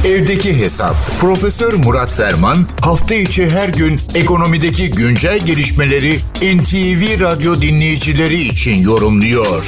Evdeki Hesap. Profesör Murat Ferman hafta içi her gün ekonomideki güncel gelişmeleri NTV Radyo dinleyicileri için yorumluyor.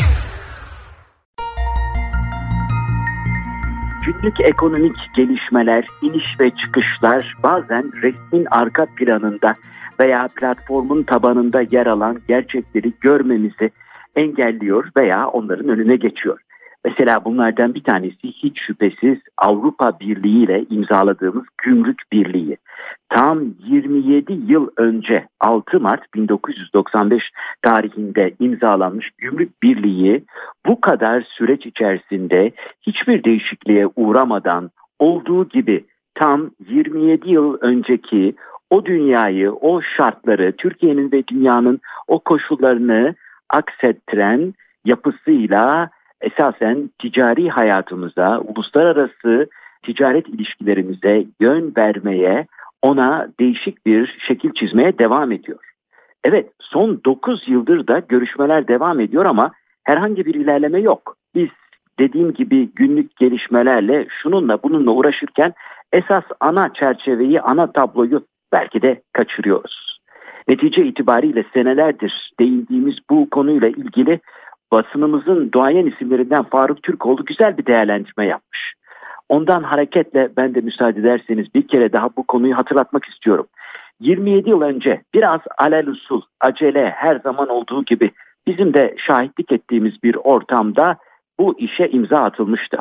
Günlük ekonomik gelişmeler, iniş ve çıkışlar bazen resmin arka planında veya platformun tabanında yer alan gerçekleri görmemizi engelliyor veya onların önüne geçiyor. Mesela bunlardan bir tanesi hiç şüphesiz Avrupa Birliği ile imzaladığımız Gümrük Birliği. Tam 27 yıl önce 6 Mart 1995 tarihinde imzalanmış Gümrük Birliği bu kadar süreç içerisinde hiçbir değişikliğe uğramadan olduğu gibi tam 27 yıl önceki o dünyayı, o şartları, Türkiye'nin ve dünyanın o koşullarını aksettiren yapısıyla esasen ticari hayatımıza, uluslararası ticaret ilişkilerimize yön vermeye, ona değişik bir şekil çizmeye devam ediyor. Evet, son 9 yıldır da görüşmeler devam ediyor ama herhangi bir ilerleme yok. Biz dediğim gibi günlük gelişmelerle şununla bununla uğraşırken esas ana çerçeveyi, ana tabloyu belki de kaçırıyoruz. Netice itibariyle senelerdir değindiğimiz bu konuyla ilgili basınımızın duayen isimlerinden Faruk Türkoğlu güzel bir değerlendirme yapmış. Ondan hareketle ben de müsaade ederseniz bir kere daha bu konuyu hatırlatmak istiyorum. 27 yıl önce biraz alelüsul, acele her zaman olduğu gibi bizim de şahitlik ettiğimiz bir ortamda bu işe imza atılmıştı.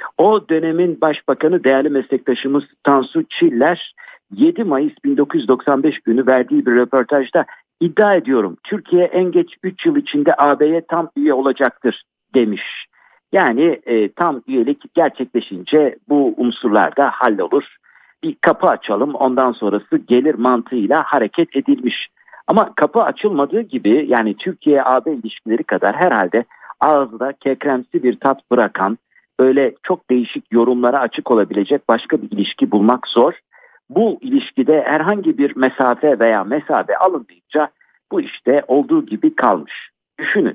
O dönemin başbakanı değerli meslektaşımız Tansu Çiller 7 Mayıs 1995 günü verdiği bir röportajda iddia ediyorum Türkiye en geç 3 yıl içinde AB'ye tam üye olacaktır demiş. Yani tam üyelik gerçekleşince bu unsurlar da hallolur. Bir kapı açalım ondan sonrası gelir mantığıyla hareket edilmiş. Ama kapı açılmadığı gibi yani Türkiye-AB ilişkileri kadar herhalde ağızda kekremsi bir tat bırakan böyle çok değişik yorumlara açık olabilecek başka bir ilişki bulmak zor. Bu ilişkide herhangi bir mesafe veya mesafe alınmayınca bu işte olduğu gibi kalmış. Düşünün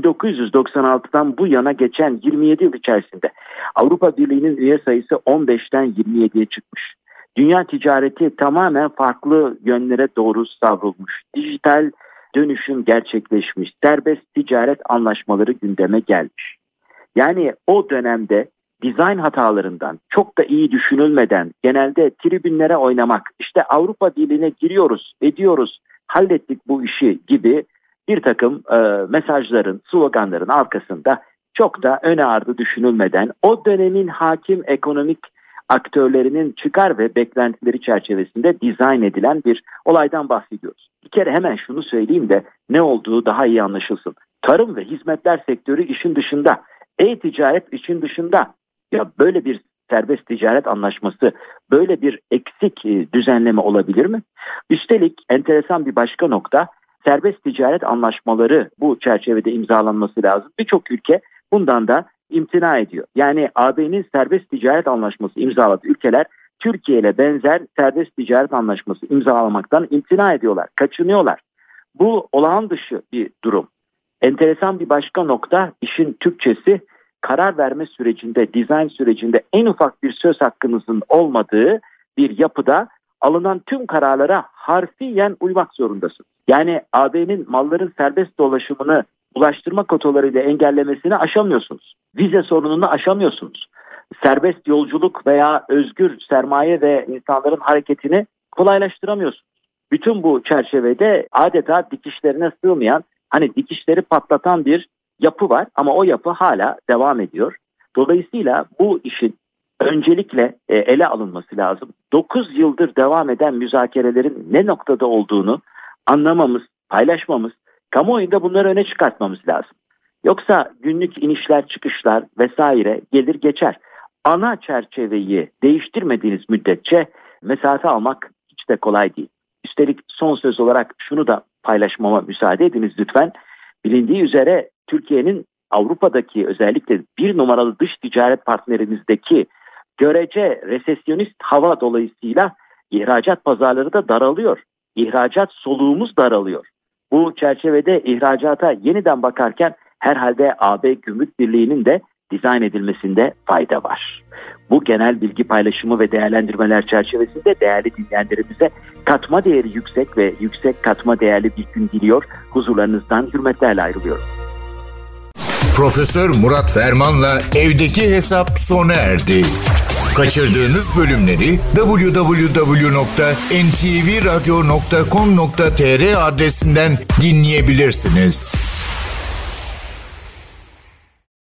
1996'dan bu yana geçen 27 yıl içerisinde Avrupa Birliği'nin üye sayısı 15'ten 27'ye çıkmış. Dünya ticareti tamamen farklı yönlere doğru savrulmuş. Dijital dönüşüm gerçekleşmiş. Serbest ticaret anlaşmaları gündeme gelmiş. Yani o dönemde dizayn hatalarından çok da iyi düşünülmeden genelde tribünlere oynamak, işte Avrupa Birliği'ne giriyoruz, ediyoruz, hallettik bu işi gibi bir takım mesajların, sloganların arkasında çok da öne ardı düşünülmeden o dönemin hakim ekonomik aktörlerinin çıkar ve beklentileri çerçevesinde dizayn edilen bir olaydan bahsediyoruz. Bir kere hemen şunu söyleyeyim de ne olduğu daha iyi anlaşılsın. Tarım ve hizmetler sektörü işin dışında, e-ticaret işin dışında. Ya böyle bir serbest ticaret anlaşması, böyle bir eksik düzenleme olabilir mi? Üstelik enteresan bir başka nokta, serbest ticaret anlaşmaları bu çerçevede imzalanması lazım. Birçok ülke bundan da imtina ediyor. Yani AB'nin serbest ticaret anlaşması imzaladığı ülkeler Türkiye ile benzer serbest ticaret anlaşması imzalamaktan imtina ediyorlar, kaçınıyorlar. Bu olağan dışı bir durum. Enteresan bir başka nokta, işin Türkçesi, karar verme sürecinde, dizayn sürecinde en ufak bir söz hakkınızın olmadığı bir yapıda alınan tüm kararlara harfiyen uymak zorundasınız. Yani AB'nin malların serbest dolaşımını ulaştırma kotalarıyla engellemesini aşamıyorsunuz. Vize sorununu aşamıyorsunuz. Serbest yolculuk veya özgür sermaye ve insanların hareketini kolaylaştıramıyorsunuz. Bütün bu çerçevede adeta dikişlerine sığmayan, hani dikişleri patlatan bir yapı var ama o yapı hala devam ediyor. Dolayısıyla bu işin öncelikle ele alınması lazım. 9 yıldır devam eden müzakerelerin ne noktada olduğunu anlamamız, paylaşmamız, kamuoyunda bunları öne çıkartmamız lazım. Yoksa günlük inişler çıkışlar vesaire gelir geçer. Ana çerçeveyi değiştirmediğiniz müddetçe mesafe almak hiç de kolay değil. Üstelik son söz olarak şunu da paylaşmama müsaade ediniz lütfen. Bilindiği üzere Türkiye'nin Avrupa'daki özellikle bir numaralı dış ticaret partnerimizdeki görece resesyonist hava dolayısıyla ihracat pazarları da daralıyor. İhracat soluğumuz daralıyor. Bu çerçevede ihracata yeniden bakarken herhalde AB Gümrük Birliği'nin de dizayn edilmesinde fayda var. Bu genel bilgi paylaşımı ve değerlendirmeler çerçevesinde değerli dinleyenlerimize katma değeri yüksek ve yüksek katma değerli bir gün diliyor. Huzurlarınızdan hürmetlerle ayrılıyorum. Profesör Murat Ferman'la Evdeki Hesap sona erdi. Kaçırdığınız bölümleri www.ntvradio.com.tr adresinden dinleyebilirsiniz.